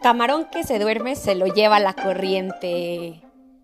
Camarón que se duerme se lo lleva la corriente.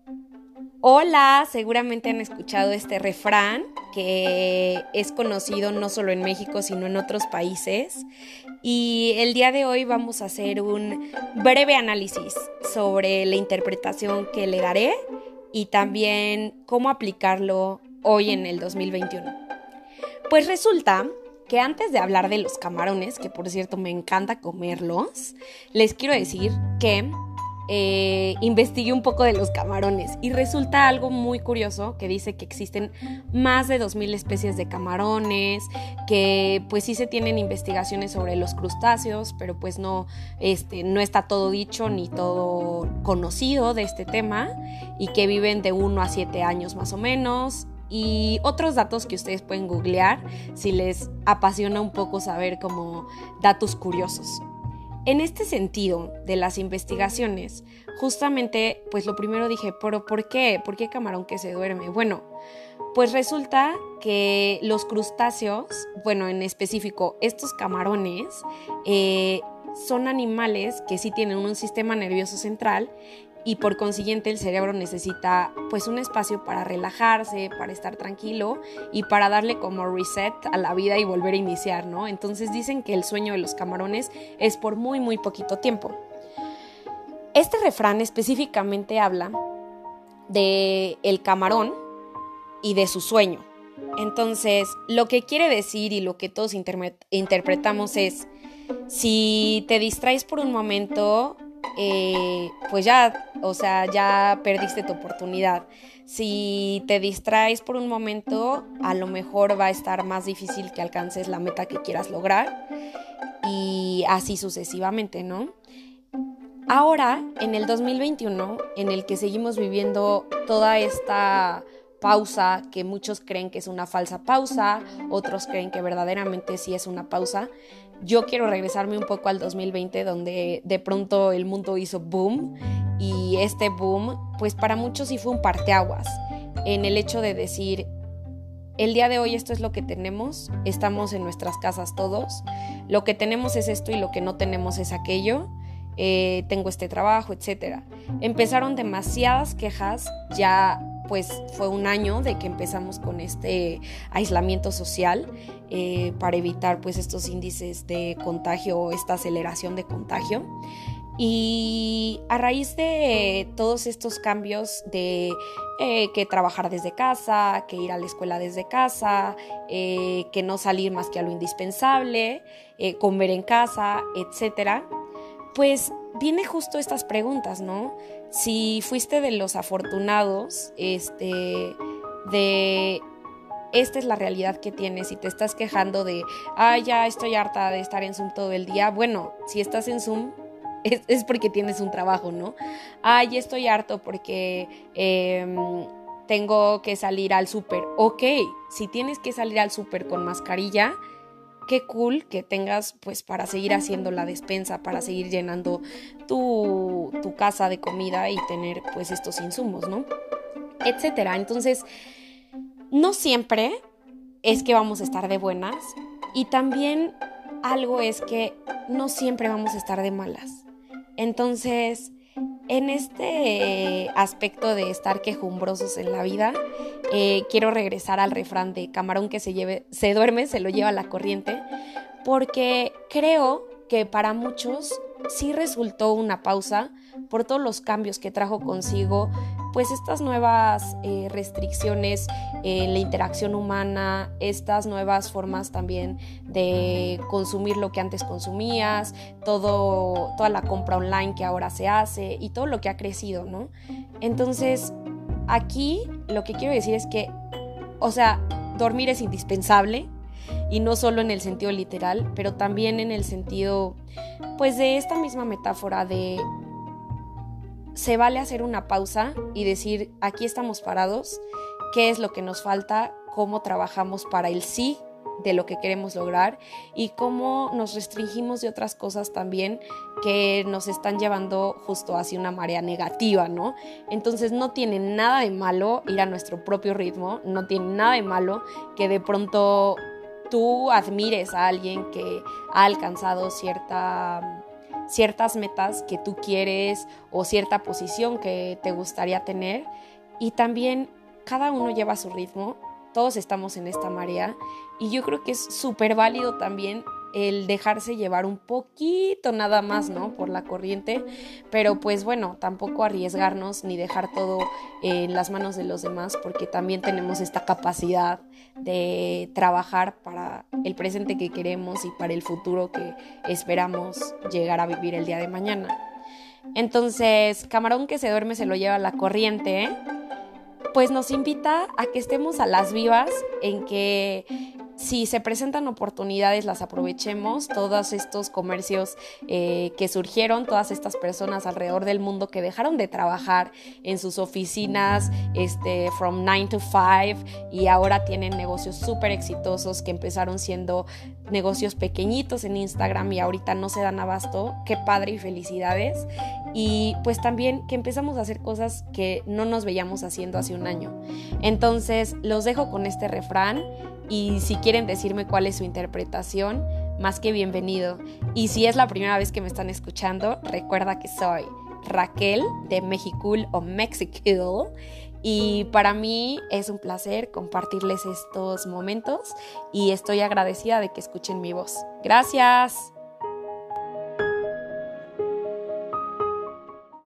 Hola, seguramente han escuchado este refrán que es conocido no solo en México sino en otros países. Y el día de hoy vamos a hacer un breve análisis sobre la interpretación que le daré y también cómo aplicarlo hoy en el 2021. Pues resulta que antes de hablar de los camarones, que por cierto me encanta comerlos, les quiero decir que investigué un poco de los camarones y resulta algo muy curioso que dice que existen más de 2000 especies de camarones, que pues sí se tienen investigaciones sobre los crustáceos, pero pues no está todo dicho ni todo conocido de este tema, y que viven de 1 a 7 años más o menos. Y otros datos que ustedes pueden googlear si les apasiona un poco saber como datos curiosos. En este sentido de las investigaciones, justamente, pues lo primero dije, ¿pero por qué? ¿Por qué camarón que se duerme? Bueno, pues resulta que los crustáceos, bueno, en específico, estos camarones, son animales que sí tienen un sistema nervioso central y por consiguiente el cerebro necesita pues un espacio para relajarse, para estar tranquilo y para darle como reset a la vida y volver a iniciar, ¿no? Entonces dicen que el sueño de los camarones es por muy muy poquito tiempo. Este refrán específicamente habla de el camarón y de su sueño. Entonces, lo que quiere decir y lo que todos interpretamos es: si te distraes por un momento, pues ya, o sea, ya perdiste tu oportunidad. Si te distraes por un momento, a lo mejor va a estar más difícil que alcances la meta que quieras lograr, y así sucesivamente, ¿no? Ahora, en el 2021, en el que seguimos viviendo toda esta pausa que muchos creen que es una falsa pausa, otros creen que verdaderamente sí es una pausa, yo quiero regresarme un poco al 2020, donde de pronto el mundo hizo boom, y este boom, pues para muchos sí fue un parteaguas, en el hecho de decir: el día de hoy esto es lo que tenemos, estamos en nuestras casas todos, lo que tenemos es esto y lo que no tenemos es aquello, tengo este trabajo, etcétera. Empezaron demasiadas quejas, ya pues fue un año de que empezamos con este aislamiento social, para evitar pues estos índices de contagio, esta aceleración de contagio. Y a raíz de todos estos cambios de que trabajar desde casa, que ir a la escuela desde casa, que no salir más que a lo indispensable, comer en casa, etcétera, pues viene justo estas preguntas, ¿no? Si fuiste de los afortunados, de esta es la realidad que tienes y te estás quejando de, ya estoy harta de estar en Zoom todo el día. Bueno, si estás en Zoom es porque tienes un trabajo, ¿no? Ya estoy harto porque tengo que salir al súper. Ok, si tienes que salir al súper con mascarilla, qué cool que tengas pues para seguir haciendo la despensa, para seguir llenando tu casa de comida y tener pues estos insumos, ¿no? Etcétera. Entonces, no siempre es que vamos a estar de buenas, y también algo es que no siempre vamos a estar de malas. Entonces, en este aspecto de estar quejumbrosos en la vida, quiero regresar al refrán de camarón que se duerme, se lo lleva la corriente, porque creo que para muchos sí resultó una pausa por todos los cambios que trajo consigo pues estas nuevas restricciones en la interacción humana, estas nuevas formas también de consumir lo que antes consumías, toda la compra online que ahora se hace y todo lo que ha crecido, ¿no? Entonces, aquí lo que quiero decir es que, o sea, dormir es indispensable, y no solo en el sentido literal, pero también en el sentido, pues, de esta misma metáfora de se vale hacer una pausa y decir: aquí estamos parados, qué es lo que nos falta, cómo trabajamos para el sí de lo que queremos lograr y cómo nos restringimos de otras cosas también que nos están llevando justo hacia una marea negativa, ¿no? Entonces no tiene nada de malo ir a nuestro propio ritmo, no tiene nada de malo que de pronto tú admires a alguien que ha alcanzado ciertas metas que tú quieres o cierta posición que te gustaría tener. Y también cada uno lleva su ritmo, todos estamos en esta marea y yo creo que es súper válido también el dejarse llevar un poquito nada más, ¿no? Por la corriente, pero pues bueno, tampoco arriesgarnos ni dejar todo en las manos de los demás, porque también tenemos esta capacidad de trabajar para el presente que queremos y para el futuro que esperamos llegar a vivir el día de mañana. Entonces, camarón que se duerme se lo lleva la corriente, ¿eh? Pues nos invita a que estemos a las vivas, en que si se presentan oportunidades las aprovechemos, todos estos comercios que surgieron, todas estas personas alrededor del mundo que dejaron de trabajar en sus oficinas from 9 to 5 y ahora tienen negocios súper exitosos que empezaron siendo negocios pequeñitos en Instagram y ahorita no se dan abasto. Qué padre y felicidades. Y pues también que empezamos a hacer cosas que no nos veíamos haciendo hace un año. Entonces los dejo con este refrán y si quieren decirme cuál es su interpretación, más que bienvenido. Y si es la primera vez que me están escuchando, recuerda que soy Raquel de Mexicul o Mexicul y para mí es un placer compartirles estos momentos y estoy agradecida de que escuchen mi voz. Gracias.